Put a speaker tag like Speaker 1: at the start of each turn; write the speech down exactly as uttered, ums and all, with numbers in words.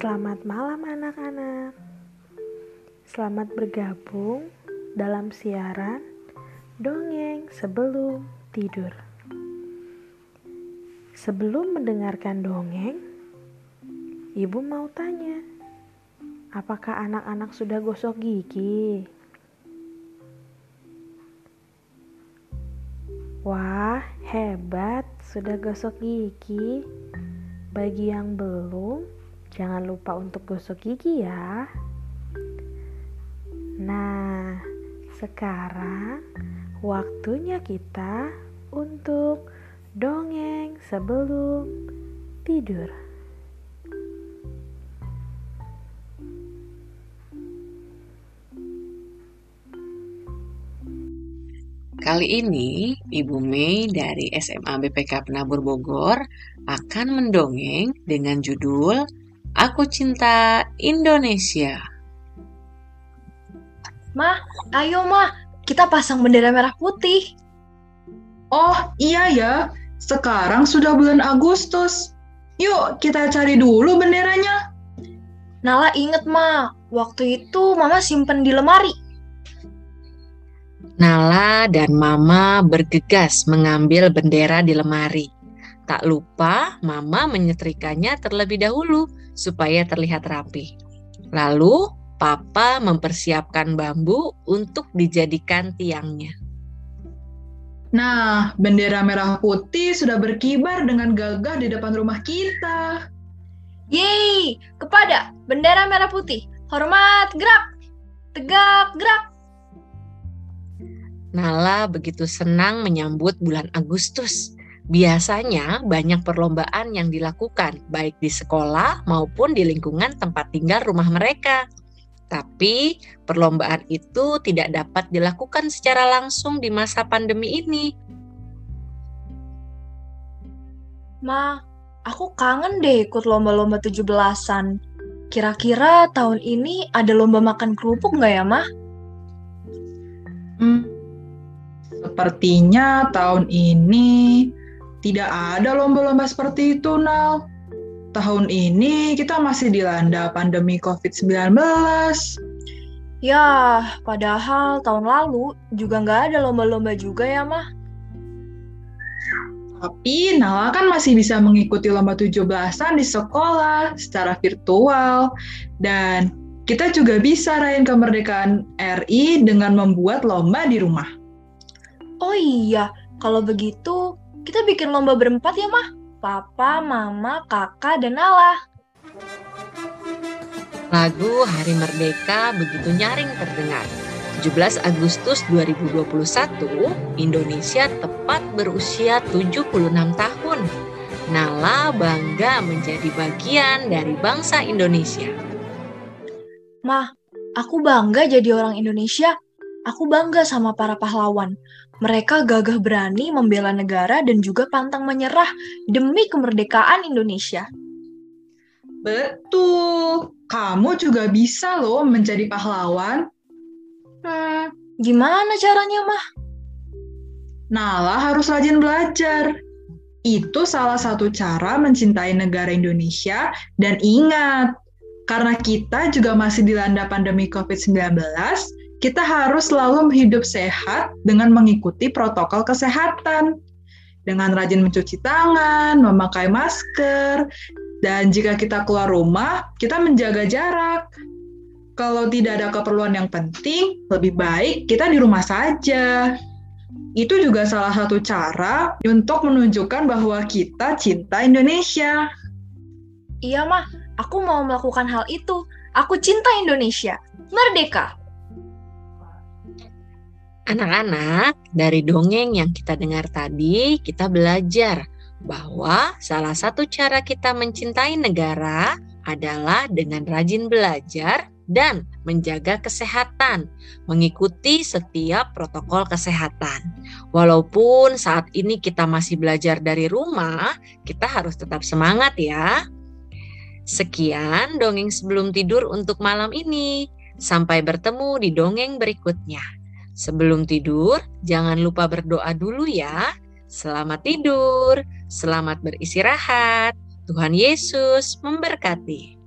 Speaker 1: Selamat malam anak-anak. Selamat bergabung dalam siaran Dongeng Sebelum Tidur. Sebelum mendengarkan dongeng, Ibu mau tanya, apakah anak-anak sudah gosok gigi? Wah, hebat, sudah gosok gigi. Bagi yang belum, jangan lupa untuk gosok gigi ya. Nah, sekarang waktunya kita untuk dongeng sebelum tidur.
Speaker 2: Kali ini, Ibu Mei dari S M A B P K Penabur Bogor akan mendongeng dengan judul Aku Cinta Indonesia.
Speaker 3: Mah, ayo mah, kita pasang bendera merah putih.
Speaker 4: Oh iya ya, sekarang sudah bulan Agustus. Yuk kita cari dulu benderanya.
Speaker 3: Nala inget mah, waktu itu mama simpen di lemari.
Speaker 2: Nala dan Mama bergegas mengambil bendera di lemari. Tak lupa Mama menyetrikanya terlebih dahulu supaya terlihat rapi. Lalu Papa mempersiapkan bambu untuk dijadikan tiangnya.
Speaker 4: Nah, bendera merah putih sudah berkibar dengan gagah di depan rumah kita.
Speaker 3: Yeay, kepada bendera merah putih, hormat gerak, tegak gerak.
Speaker 2: Nala begitu senang menyambut bulan Agustus. Biasanya banyak perlombaan yang dilakukan, baik di sekolah maupun di lingkungan tempat tinggal rumah mereka. Tapi perlombaan itu tidak dapat dilakukan secara langsung di masa pandemi ini.
Speaker 3: Ma, aku kangen deh ikut lomba-lomba tujuh belasan. Kira-kira tahun ini ada lomba makan kerupuk nggak ya, Ma?
Speaker 4: Hmm, sepertinya tahun ini tidak ada lomba-lomba seperti itu, Nal. Tahun ini kita masih dilanda pandemi covid sembilan belas.
Speaker 3: Ya, padahal tahun lalu juga nggak ada lomba-lomba juga ya, Ma?
Speaker 4: Tapi Nala kan masih bisa mengikuti lomba tujuh belasan di sekolah secara virtual. Dan kita juga bisa rayain kemerdekaan R I dengan membuat lomba di rumah.
Speaker 3: Oh iya, kalau begitu kita bikin lomba berempat ya, Mah? Papa, Mama, Kakak, dan Nala.
Speaker 2: Lagu Hari Merdeka begitu nyaring terdengar. tujuh belas Agustus dua ribu dua puluh satu, Indonesia tepat berusia tujuh puluh enam tahun. Nala bangga menjadi bagian dari bangsa Indonesia.
Speaker 3: Mah, aku bangga jadi orang Indonesia. Aku bangga sama para pahlawan. Mereka gagah berani membela negara dan juga pantang menyerah demi kemerdekaan Indonesia.
Speaker 4: Betul, kamu juga bisa loh menjadi pahlawan.
Speaker 3: Hmm, gimana caranya, Mah?
Speaker 4: Nala harus rajin belajar. Itu salah satu cara mencintai negara Indonesia. Dan ingat, karena kita juga masih dilanda pandemi covid sembilan belas, kita harus selalu hidup sehat dengan mengikuti protokol kesehatan. Dengan rajin mencuci tangan, memakai masker, dan jika kita keluar rumah, kita menjaga jarak. Kalau tidak ada keperluan yang penting, lebih baik kita di rumah saja. Itu juga salah satu cara untuk menunjukkan bahwa kita cinta Indonesia.
Speaker 3: Iya, Mah. Aku mau melakukan hal itu. Aku cinta Indonesia. Merdeka!
Speaker 2: Anak-anak, dari dongeng yang kita dengar tadi, kita belajar bahwa salah satu cara kita mencintai negara adalah dengan rajin belajar dan menjaga kesehatan, mengikuti setiap protokol kesehatan. Walaupun saat ini kita masih belajar dari rumah, kita harus tetap semangat ya. Sekian dongeng sebelum tidur untuk malam ini. Sampai bertemu di dongeng berikutnya. Sebelum tidur, jangan lupa berdoa dulu ya. Selamat tidur, selamat beristirahat. Tuhan Yesus memberkati.